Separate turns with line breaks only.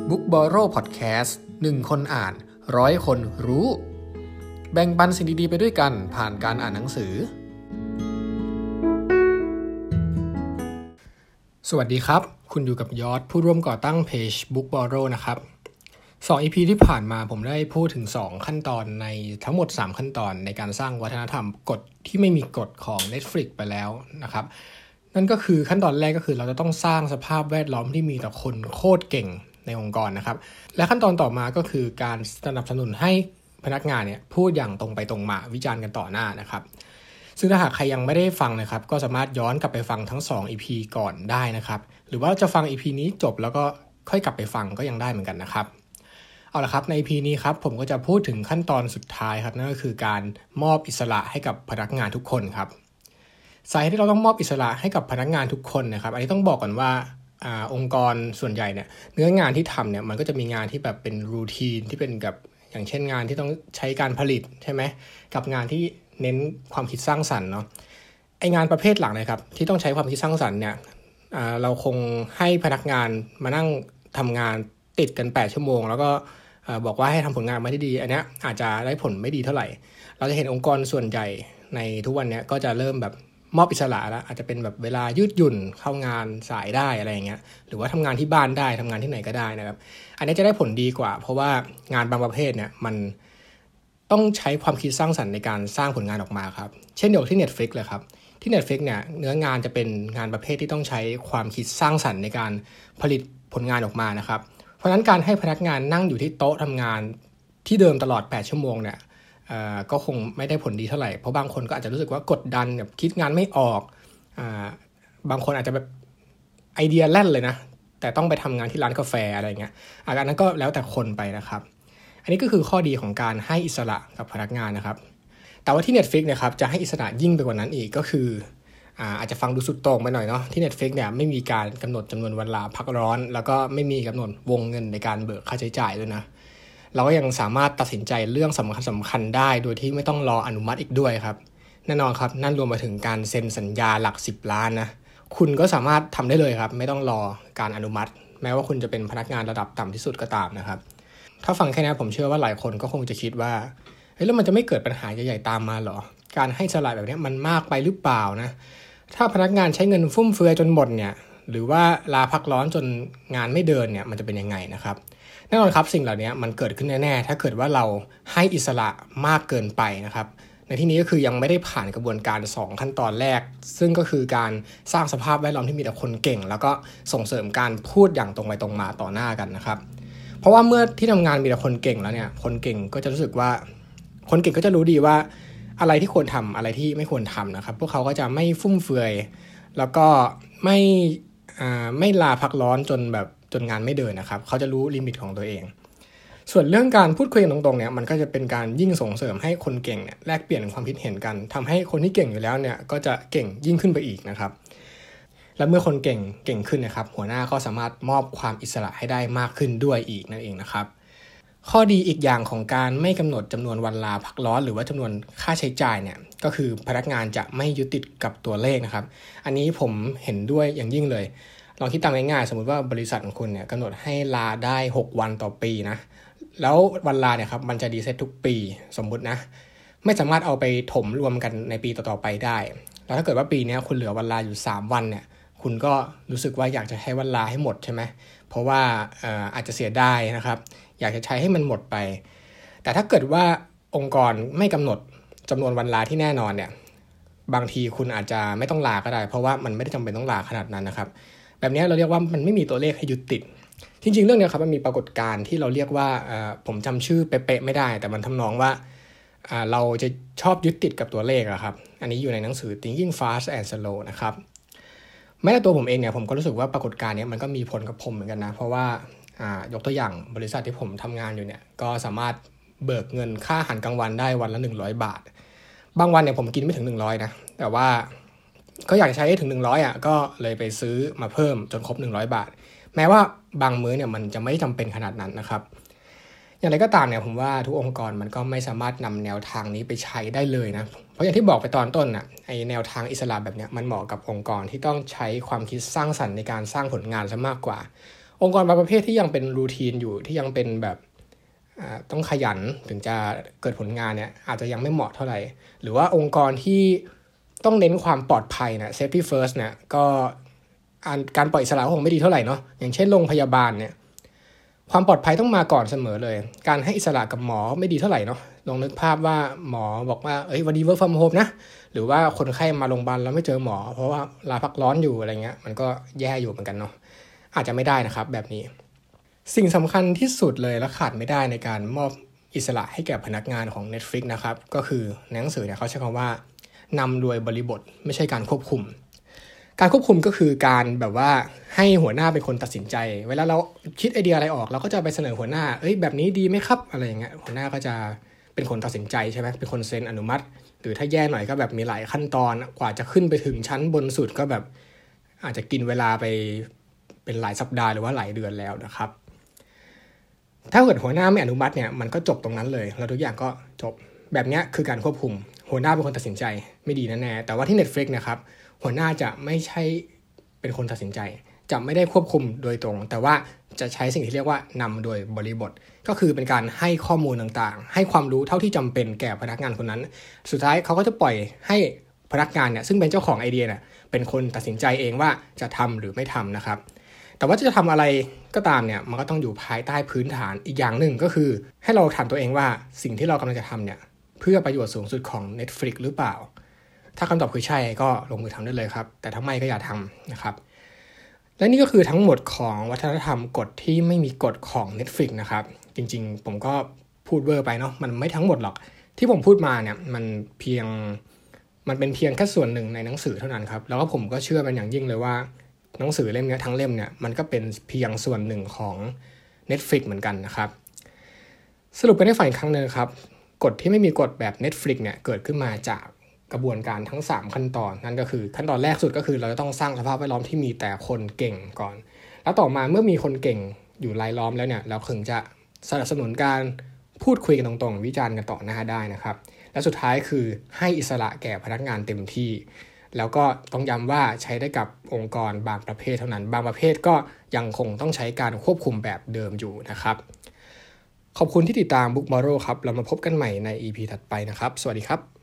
Book Borrow Podcast 1 คนอ่าน100 คนรู้แบ่งปันสิ่งดีๆไปด้วยกันผ่านการอ่านหนังสือสวัสดีครับคุณอยู่กับยอดผู้ร่วมก่อตั้งเพจ Book Borrow นะครับ2 EP ที่ผ่านมาผมได้พูดถึง2ขั้นตอนในทั้งหมด3ขั้นตอนในการสร้างวัฒนธรรมกฎที่ไม่มีกฎของ Netflix ไปแล้วนะครับนั่นก็คือขั้นตอนแรกก็คือเราจะต้องสร้างสภาพแวดล้อมที่มีแต่คนโคตรเก่งในองค์กรนะครับและขั้นตอนต่อมาก็คือการสนับสนุนให้พนักงานเนี่ยพูดอย่างตรงไปตรงมาวิจารณ์กันต่อหน้านะครับซึ่งถ้าหากใครยังไม่ได้ฟังนะครับก็สามารถย้อนกลับไปฟังทั้ง2 EP ก่อนได้นะครับหรือว่าจะฟัง EP นี้จบแล้วก็ค่อยกลับไปฟังก็ยังได้เหมือนกันนะครับเอาละครับใน EP นี้ครับผมก็จะพูดถึงขั้นตอนสุดท้ายครับนั่นก็คือการมอบอิสระให้กับพนักงานทุกคนครับสาเหตุที่เราต้องมอบอิสระให้กับพนักงานทุกคนนะครับอันนี้ต้องบอกก่อนว่าองค์กรส่วนใหญ่เนี่ยเนื้องานที่ทำเนี่ยมันก็จะมีงานที่แบบเป็นรูทีนที่เป็นกับอย่างเช่นงานที่ต้องใช้การผลิตใช่ไหมกับงานที่เน้นความคิดสร้างสรรค์เนาะไองานประเภทหลังนะครับที่ต้องใช้ความคิดสร้างสรรค์เนี่ยเราคงให้พนักงานมานั่งทำงานติดกัน8 ชั่วโมงแล้วก็บอกว่าให้ทำผลงานมาได้ดีอันนี้อาจจะได้ผลไม่ดีเท่าไหร่เราจะเห็นองค์กรส่วนใหญ่ในทุกวันนี้ก็จะเริ่มแบบมอบอิสระแล้วอาจจะเป็นแบบเวลายืดหยุ่นเข้างานสายได้อะไรอย่างเงี้ยหรือว่าทำงานที่บ้านได้ทำงานที่ไหนก็ได้นะครับอันนี้จะได้ผลดีกว่าเพราะว่างานบางประเภทเนี่ยมันต้องใช้ความคิดสร้างสรรค์ในการสร้างผลงานออกมาครับเช่นเดียวที่ Netflix เลยครับที่ Netflix เนี่ยเนื้องานจะเป็นงานประเภทที่ต้องใช้ความคิดสร้างสรรค์ในการผลิตผลงานออกมานะครับเพราะฉะนั้นการให้พนักงานนั่งอยู่ที่โต๊ะทำงานที่เดิมตลอด8 ชั่วโมงเนี่ยก็คงไม่ได้ผลดีเท่าไหร่เพราะบางคนก็อาจจะรู้สึกว่ากดดันแบบคิดงานไม่ออกบางคนอาจจะแบบไอเดียแล่นเลยนะแต่ต้องไปทำงานที่ร้านกาแฟอะไรเงี้ยอันนั้นก็แล้วแต่คนไปนะครับอันนี้ก็คือข้อดีของการให้อิสระกับพนักงานนะครับแต่ว่าที่ Netflix เนี่ยครับจะให้อิสระยิ่งไปกว่านั้นอีกก็คืออาจจะฟังดูสุดโต่งไปหน่อยเนาะที่ Netflix เนี่ยไม่มีการกำหนดจำนวนเวลาพักร้อนแล้วก็ไม่มีกำหนดวงเงินในการเบิกค่าใช้จ่ายด้วยนะเราก็ยังสามารถตัดสินใจเรื่องสำคัญได้โดยที่ไม่ต้องรออนุมัติอีกด้วยครับแน่นอนครับนั่นรวมมาถึงการเซ็นสัญญาหลัก10 ล้านนะคุณก็สามารถทำได้เลยครับไม่ต้องรอการอนุมัติแม้ว่าคุณจะเป็นพนักงานระดับต่ำที่สุดก็ตามนะครับถ้าฟังแค่นี้ผมเชื่อว่าหลายคนก็คงจะคิดว่าเฮ้ยแล้วมันจะไม่เกิดปัญหาใหญ่ๆตามมาหรอการให้สลายแบบนี้มันมากไปหรือเปล่านะถ้าพนักงานใช้เงินฟุ่มเฟือยจนหมดเนี่ยหรือว่าลาพักร้อนจนงานไม่เดินเนี่ยมันจะเป็นยังไงนะครับแน่นอนครับสิ่งเหล่านี้มันเกิดขึ้นแน่ๆถ้าเกิดว่าเราให้อิสระมากเกินไปนะครับในที่นี้ก็คือยังไม่ได้ผ่านกระบวนการ2 ขั้นตอนแรกซึ่งก็คือการสร้างสภาพแวดล้อมที่มีแต่คนเก่งแล้วก็ส่งเสริมการพูดอย่างตรงไปตรงมาต่อหน้ากันนะครับเพราะว่าเมื่อที่ทำงานมีแต่คนเก่งแล้วเนี่ยคนเก่งก็จะรู้สึกว่าคนเก่งก็จะรู้ดีว่าอะไรที่ควรทำอะไรที่ไม่ควรทำนะครับพวกเขาก็จะไม่ฟุ่มเฟือยแล้วก็ไม่ลาพักร้อนจนงานไม่เดินนะครับเขาจะรู้ลิมิตของตัวเองส่วนเรื่องการพูดคุยกันตรงๆเนี่ยมันก็จะเป็นการยิ่งส่งเสริมให้คนเก่งเนี่ยแลกเปลี่ยนความคิดเห็นกันทำให้คนที่เก่งอยู่แล้วเนี่ยก็จะเก่งยิ่งขึ้นไปอีกนะครับและเมื่อคนเก่งขึ้นนะครับหัวหน้าก็สามารถมอบความอิสระให้ได้มากขึ้นด้วยอีกนั่นเองนะครับข้อดีอีกอย่างของการไม่กำหนดจำนวนวันลาพักร้อนหรือว่าจำนวนค่าใช้จ่ายเนี่ยก็คือพนักงานจะไม่ยึดติดกับตัวเลขนะครับอันนี้ผมเห็นด้วยอย่างยิ่งเลยลองคิดตามง่ายๆสมมุติว่าบริษัทของคุณเนี่ยกำหนดให้ลาได้6 วันต่อปีนะแล้ววันลาเนี่ยครับมันจะรีเซ็ตทุกปีสมมุตินะไม่สามารถเอาไปถมรวมกันในปีต่อๆไปได้แล้วถ้าเกิดว่าปีนี้คุณเหลือวันลาอยู่3 วันเนี่ยคุณก็รู้สึกว่าอยากจะให้วันลาให้หมดใช่ไหมเพราะว่าอาจจะเสียดายนะครับอยากจะใช้ให้มันหมดไปแต่ถ้าเกิดว่าองค์กรไม่กำหนดจำนวนวันลาที่แน่นอนเนี่ยบางทีคุณอาจจะไม่ต้องลาก็ได้เพราะว่ามันไม่ได้จำเป็นต้องลาขนาดนั้นนะครับแบบนี้เราเรียกว่ามันไม่มีตัวเลขให้ยึดติดจริงๆเรื่องนี้ครับมันมีปรากฏการณ์ที่เราเรียกว่าผมจำชื่อเป๊ะๆไม่ได้แต่มันทำนองว่าเราจะชอบยึดติดกับตัวเลขอะครับอันนี้อยู่ในหนังสือ Thinking Fast and Slow นะครับแม้แต่ตัวผมเองเนี่ยผมก็รู้สึกว่าปรากฏการณ์นี้มันก็มีผลกับผมเหมือนกันนะเพราะว่ายกตัวอย่างบริษัทที่ผมทำงานอยู่เนี่ยก็สามารถเบิกเงินค่าอาหารกลางวันได้วันละ100 บาทบางวันเนี่ยผมกินไม่ถึง100นะแต่ว่าก็อยากใช้ให้ถึง100ก็เลยไปซื้อมาเพิ่มจนครบ100 บาทแม้ว่าบางมื้อเนี่ยมันจะไม่จำเป็นขนาดนั้นนะครับอย่างไรก็ตามเนี่ยผมว่าทุกองค์กรมันก็ไม่สามารถนำแนวทางนี้ไปใช้ได้เลยนะเพราะอย่างที่บอกไปตอนต้นไอแนวทางอิสระแบบเนี้ยมันเหมาะกับองค์กรที่ต้องใช้ความคิดสร้างสรรค์ในการสร้างผลงานซะมากกว่าองค์กรบางประเภทที่ยังเป็นรูทีนอยู่ที่ยังเป็นแบบต้องขยันถึงจะเกิดผลงานเนี่ยอาจจะยังไม่เหมาะเท่าไหร่หรือว่าองค์กรที่ต้องเน้นความปลอดภัยนะ safety first เนี่ยก็การปล่อยอิสระคงไม่ดีเท่าไหร่เนาะอย่างเช่นโรงพยาบาลเนี่ยความปลอดภัยต้องมาก่อนเสมอเลยการให้อิสระกับหมอไม่ดีเท่าไหร่เนาะลองนึกภาพว่าหมอบอกว่าวันนี้ work from home นะหรือว่าคนไข้มาโรงพยาบาลแล้วไม่เจอหมอเพราะว่าลาพักร้อนอยู่อะไรเงี้ยมันก็แย่อยู่เหมือนกันเนาะอาจจะไม่ได้นะครับแบบนี้สิ่งสำคัญที่สุดเลยและขาดไม่ได้ในการมอบอิสระให้แก่พนักงานของ Netflix นะครับก็คือในหนังสือเนี่ยเขาใช้คำว่านำโดยบริบทไม่ใช่การควบคุมการควบคุมก็คือการแบบว่าให้หัวหน้าเป็นคนตัดสินใจเวลาเราคิดไอเดียอะไรออกเราก็จะไปเสนอหัวหน้าแบบนี้ดีไหมครับอะไรอย่างเงี้ยหัวหน้าก็จะเป็นคนตัดสินใจใช่ไหมเป็นคนเซ็นอนุมัติหรือถ้าแย่หน่อยก็แบบมีหลายขั้นตอนกว่าจะขึ้นไปถึงชั้นบนสุดก็แบบอาจจะกินเวลาไปเป็นหลายสัปดาห์หรือว่าหลายเดือนแล้วนะครับถ้าเกิดหัวหน้าไม่อนุมัติเนี่ยมันก็จบตรงนั้นเลยแล้วทุกอย่างก็จบแบบนี้คือการควบคุมหัวหน้าเป็นคนตัดสินใจไม่ดีแน่ๆแต่ว่าที่ Netflix นะครับหัวหน้าจะไม่ใช่เป็นคนตัดสินใจจะไม่ได้ควบคุมโดยตรงแต่ว่าจะใช้สิ่งที่เรียกว่านำโดยบริบทก็คือเป็นการให้ข้อมูลต่างๆให้ความรู้เท่าที่จำเป็นแก่พนักงานคนนั้นสุดท้ายเขาก็จะปล่อยให้พนักงานเนี่ยซึ่งเป็นเจ้าของไอเดียเนี่ยเป็นคนตัดสินใจเองว่าจะทำหรือไม่ทำนะครับแต่ว่าจะทำอะไรก็ตามเนี่ยมันก็ต้องอยู่ภายใต้พื้นฐานอีกอย่างหนึ่งก็คือให้เราถามตัวเองว่าสิ่งที่เรากำลังจะทำเนี่ยเพื่อประโยชน์สูงสุดของ Netflix หรือเปล่าถ้าคำตอบคือใช่ก็ลงมือทำได้เลยครับแต่ถ้าไม่ก็อย่าทำนะครับและนี่ก็คือทั้งหมดของวัฒนธรรมกฎที่ไม่มีกฎของ Netflix นะครับจริงๆผมก็พูดเวอร์ไปเนาะมันไม่ทั้งหมดหรอกที่ผมพูดมาเนี่ยมันเป็นเพียงแค่ส่วนหนึ่งในหนังสือเท่านั้นครับแล้วก็ผมก็เชื่อเป็นอย่างยิ่งเลยว่าหนังสือเล่มนี้ทั้งเล่มเนี่ยมันก็เป็นเพียงส่วนหนึ่งของ Netflix เหมือนกันนะครับสรุปกันให้ฟังอีกครั้งนึงครับกฎที่ไม่มีกฎแบบ Netflix เนี่ยเกิดขึ้นมาจากกระบวนการทั้ง3ขั้นตอนนั่นก็คือขั้นตอนแรกสุดก็คือเราจะต้องสร้างสภาพแวดล้อมที่มีแต่คนเก่งก่อนแล้วต่อมาเมื่อมีคนเก่งอยู่รายล้อมแล้วเนี่ยเราถึงจะสนับสนุนการพูดคุยกันตรงๆวิจารณ์กันต่อหน้าได้นะครับและสุดท้ายคือให้อิสระแก่พนักงานเต็มที่แล้วก็ต้องย้ำว่าใช้ได้กับองค์กรบางประเภทเท่านั้นบางประเภทก็ยังคงต้องใช้การควบคุมแบบเดิมอยู่นะครับขอบคุณที่ติดตาม Book Borrow ครับเรามาพบกันใหม่ใน EP ถัดไปนะครับสวัสดีครับ